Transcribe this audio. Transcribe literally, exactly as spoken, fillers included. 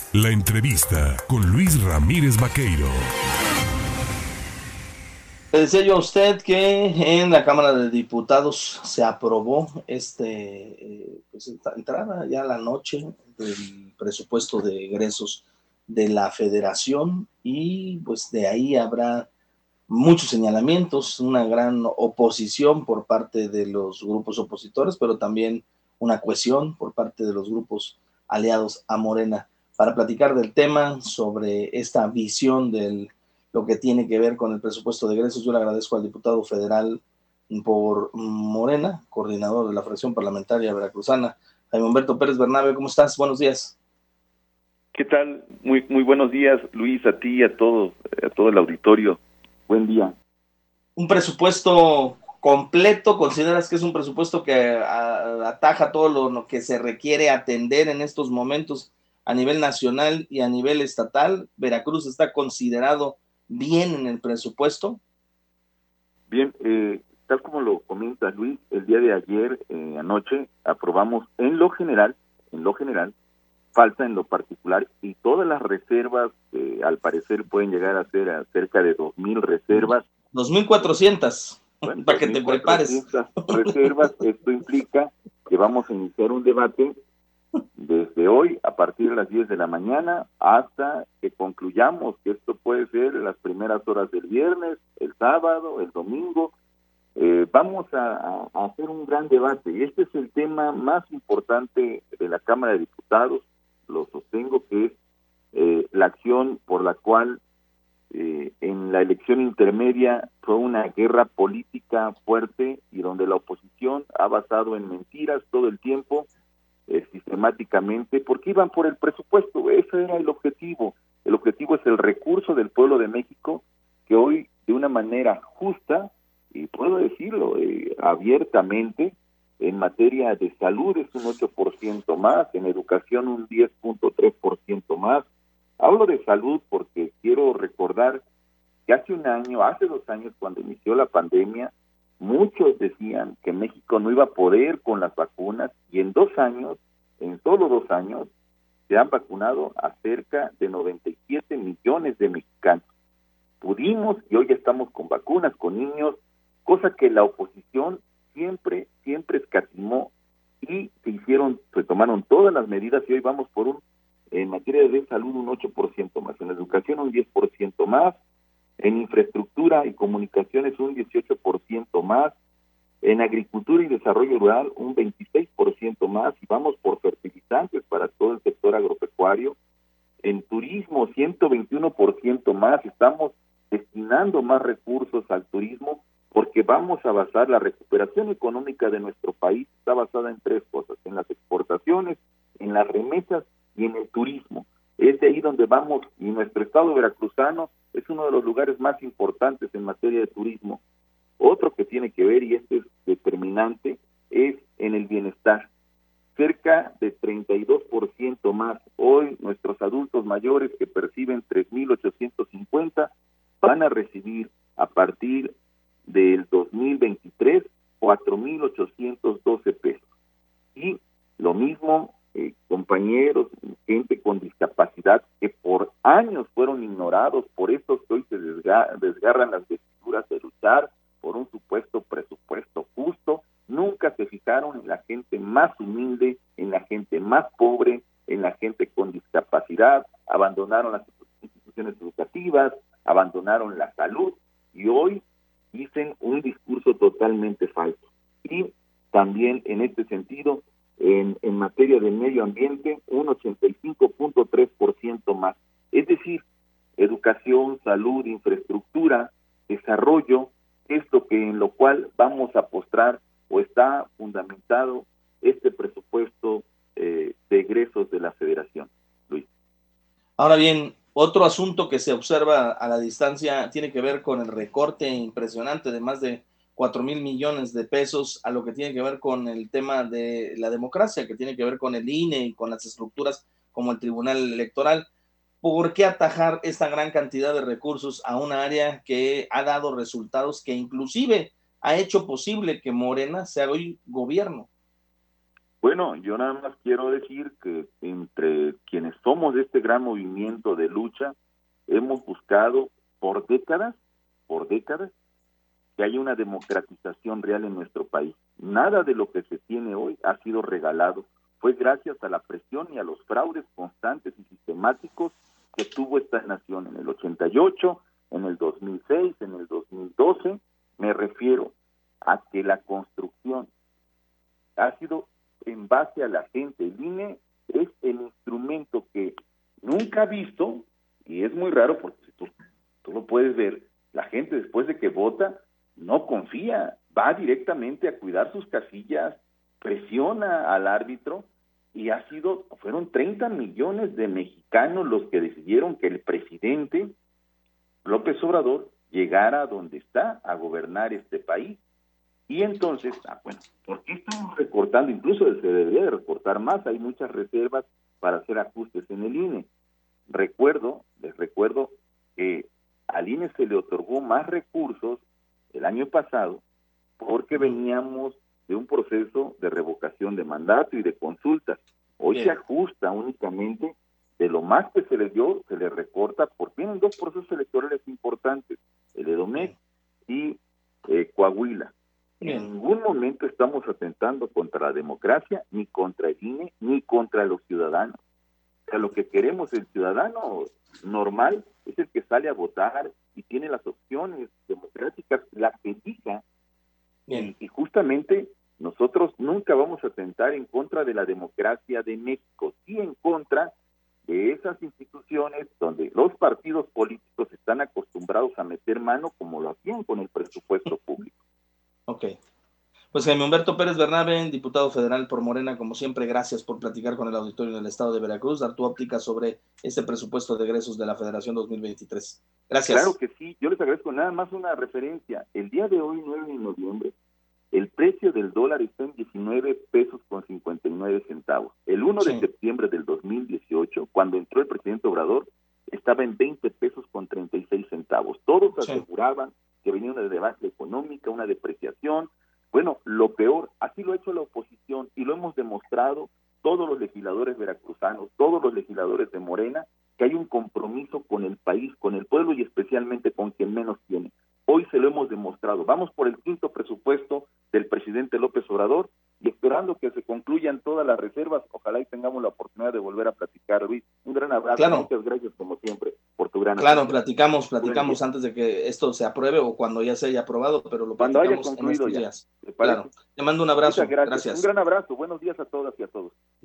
La entrevista con Luis Ramírez Vaqueiro. Le decía yo a usted que en la Cámara de Diputados se aprobó este, eh, pues esta entrada ya a la noche del presupuesto de egresos de la Federación y pues de ahí habrá muchos señalamientos, una gran oposición por parte de los grupos opositores, pero también una cohesión por parte de los grupos aliados a Morena. Para platicar del tema, sobre esta visión de lo que tiene que ver con el presupuesto de egresos, yo le agradezco al diputado federal por Morena, coordinador de la fracción parlamentaria veracruzana, Jaime Humberto Pérez Bernabe. ¿Cómo estás? Buenos días. ¿Qué tal? Muy muy buenos días, Luis, a ti y a todo, a todo el auditorio. Buen día. Un presupuesto completo, ¿consideras que es un presupuesto que a, ataja todo lo que se requiere atender en estos momentos a nivel nacional y a nivel estatal? ¿Veracruz está considerado bien en el presupuesto? Bien, eh, tal como lo comenta Luis, el día de ayer, eh, anoche, aprobamos en lo general, en lo general, falta en lo particular, y todas las reservas, eh, al parecer pueden llegar a ser a cerca de dos mil reservas. dos mil cuatrocientas, bueno, para que te prepares. Reservas, esto implica que vamos a iniciar un debate desde hoy, a partir de las diez de la mañana, hasta que concluyamos, que esto puede ser en las primeras horas del viernes, el sábado, el domingo. Eh, vamos a, a hacer un gran debate, y este es el tema más importante de la Cámara de Diputados. Lo sostengo, que es eh, la acción por la cual eh, en la elección intermedia fue una guerra política fuerte, y donde la oposición ha basado en mentiras todo el tiempo, eh, sistemáticamente, porque iban por el presupuesto. Ese era el objetivo. El objetivo es el recurso del pueblo de México, que hoy, de una manera justa, y puedo decirlo eh, abiertamente, en materia de salud es un ocho por ciento más, en educación un diez punto tres por ciento más. Hablo de salud porque quiero recordar que hace un año, hace dos años, cuando inició la pandemia, muchos decían que México no iba a poder con las vacunas, y en dos años, en solo dos años, se han vacunado a cerca de noventa y siete millones de mexicanos. Pudimos, y hoy ya estamos con vacunas, con niños, cosa que la oposición siempre, siempre escatimó, y se hicieron, se tomaron todas las medidas, y hoy vamos por un, en materia de salud, un ocho por ciento más, en educación un diez por ciento más, en infraestructura y comunicaciones un dieciocho por ciento más, en agricultura y desarrollo rural un veintiséis por ciento más, y vamos por fertilizantes para todo el sector agropecuario. En turismo ciento veintiuno por ciento más, estamos destinando más recursos al turismo, porque vamos a basar la recuperación económica de nuestro país, está basada en tres cosas: en las exportaciones, en las remesas y en el turismo. Es de ahí donde vamos, y nuestro estado veracruzano es uno de los lugares más importantes en materia de turismo. Otro que tiene que ver, y este es determinante, es en el bienestar. Cerca de treinta y dos por ciento más. Hoy nuestros adultos mayores, que perciben tres mil ochocientos cincuenta, van a recibir a partir del dos mil veintitrés cuatro mil ochocientos doce pesos. Y lo mismo, eh, compañeros, gente con discapacidad, que por años fueron ignorados, por estos que hoy se desga- desgarran las vestiduras de luchar por un supuesto presupuesto justo. Nunca se fijaron en la gente más humilde, en la gente más pobre, en la gente con discapacidad. Abandonaron las instituciones educativas, abandonaron la salud, y hoy dicen un discurso totalmente falso. Y también en este sentido, en, en materia de medio ambiente, un ochenta y cinco punto tres por ciento más. Es decir, educación, salud, infraestructura, desarrollo, es lo que en lo cual vamos a postrar, o está fundamentado este presupuesto eh, de egresos de la Federación. Luis. Ahora bien, otro asunto que se observa a la distancia tiene que ver con el recorte impresionante de más de cuatro mil millones de pesos a lo que tiene que ver con el tema de la democracia, que tiene que ver con el I N E y con las estructuras como el Tribunal Electoral. ¿Por qué atajar esta gran cantidad de recursos a un área que ha dado resultados, que inclusive ha hecho posible que Morena sea hoy gobierno? Bueno, yo nada más quiero decir que entre quienes somos de este gran movimiento de lucha, hemos buscado por décadas, por décadas, que haya una democratización real en nuestro país. Nada de lo que se tiene hoy ha sido regalado. Fue gracias a la presión y a los fraudes constantes y sistemáticos que tuvo esta nación en el ochenta y ocho, en el dos mil seis, en el dos mil doce. Me refiero a que la construcción ha sido en base a la gente. El I N E es el instrumento que nunca ha visto, y es muy raro porque tú, tú lo puedes ver, la gente después de que vota no confía, va directamente a cuidar sus casillas, presiona al árbitro, y ha sido, fueron treinta millones de mexicanos los que decidieron que el presidente López Obrador llegara a donde está a gobernar este país. Y entonces, ah, bueno, ¿por qué estamos recortando? Incluso se debería de recortar más, hay muchas reservas para hacer ajustes en el I N E. Recuerdo, les recuerdo que al I N E se le otorgó más recursos el año pasado porque veníamos de un proceso de revocación de mandato y de consultas. Hoy Bien. se ajusta únicamente de lo más que se le dio, se le recorta, porque vienen dos procesos electorales importantes, el Edomex y eh, Coahuila. Bien. En ningún momento estamos atentando contra la democracia, ni contra el I N E, ni contra los ciudadanos. O sea, lo que queremos, el ciudadano normal, es el que sale a votar y tiene las opciones democráticas, las que elija. Y, y justamente nosotros nunca vamos a atentar en contra de la democracia de México, sí en contra de esas instituciones donde los partidos políticos están acostumbrados a meter mano como lo hacían con el presupuesto público. Ok. Pues Jaime Humberto Pérez Bernabe, diputado federal por Morena, como siempre, gracias por platicar con el auditorio del Estado de Veracruz, dar tu óptica sobre este presupuesto de egresos de la Federación dos mil veintitrés. Gracias. Claro que sí, yo les agradezco. Nada más una referencia. El día de hoy, nueve de noviembre, el precio del dólar está en diecinueve pesos con cincuenta y nueve centavos. El uno sí. de septiembre del dos mil dieciocho, cuando entró el presidente Obrador, estaba en veinte pesos con treinta y seis centavos. Todos sí. aseguraban que venía una debacle económica, una depreciación. Bueno, lo peor, así lo ha hecho la oposición y lo hemos demostrado todos los legisladores veracruzanos, todos los legisladores de Morena, que hay un compromiso con el país, con el pueblo y especialmente con quien menos tiene. Hoy se lo hemos demostrado. Vamos por el quinto presupuesto del presidente López Obrador y esperando que se concluyan todas las reservas, ojalá y tengamos la oportunidad de volver a platicar, Luis. Un gran abrazo, claro. Muchas gracias como siempre por tu gran Claro, atención. platicamos, platicamos antes de que esto se apruebe o cuando ya se haya aprobado, pero lo platicamos en estos días. Claro, te mando un abrazo, gracias. gracias. Un gran abrazo, buenos días a todas y a todos.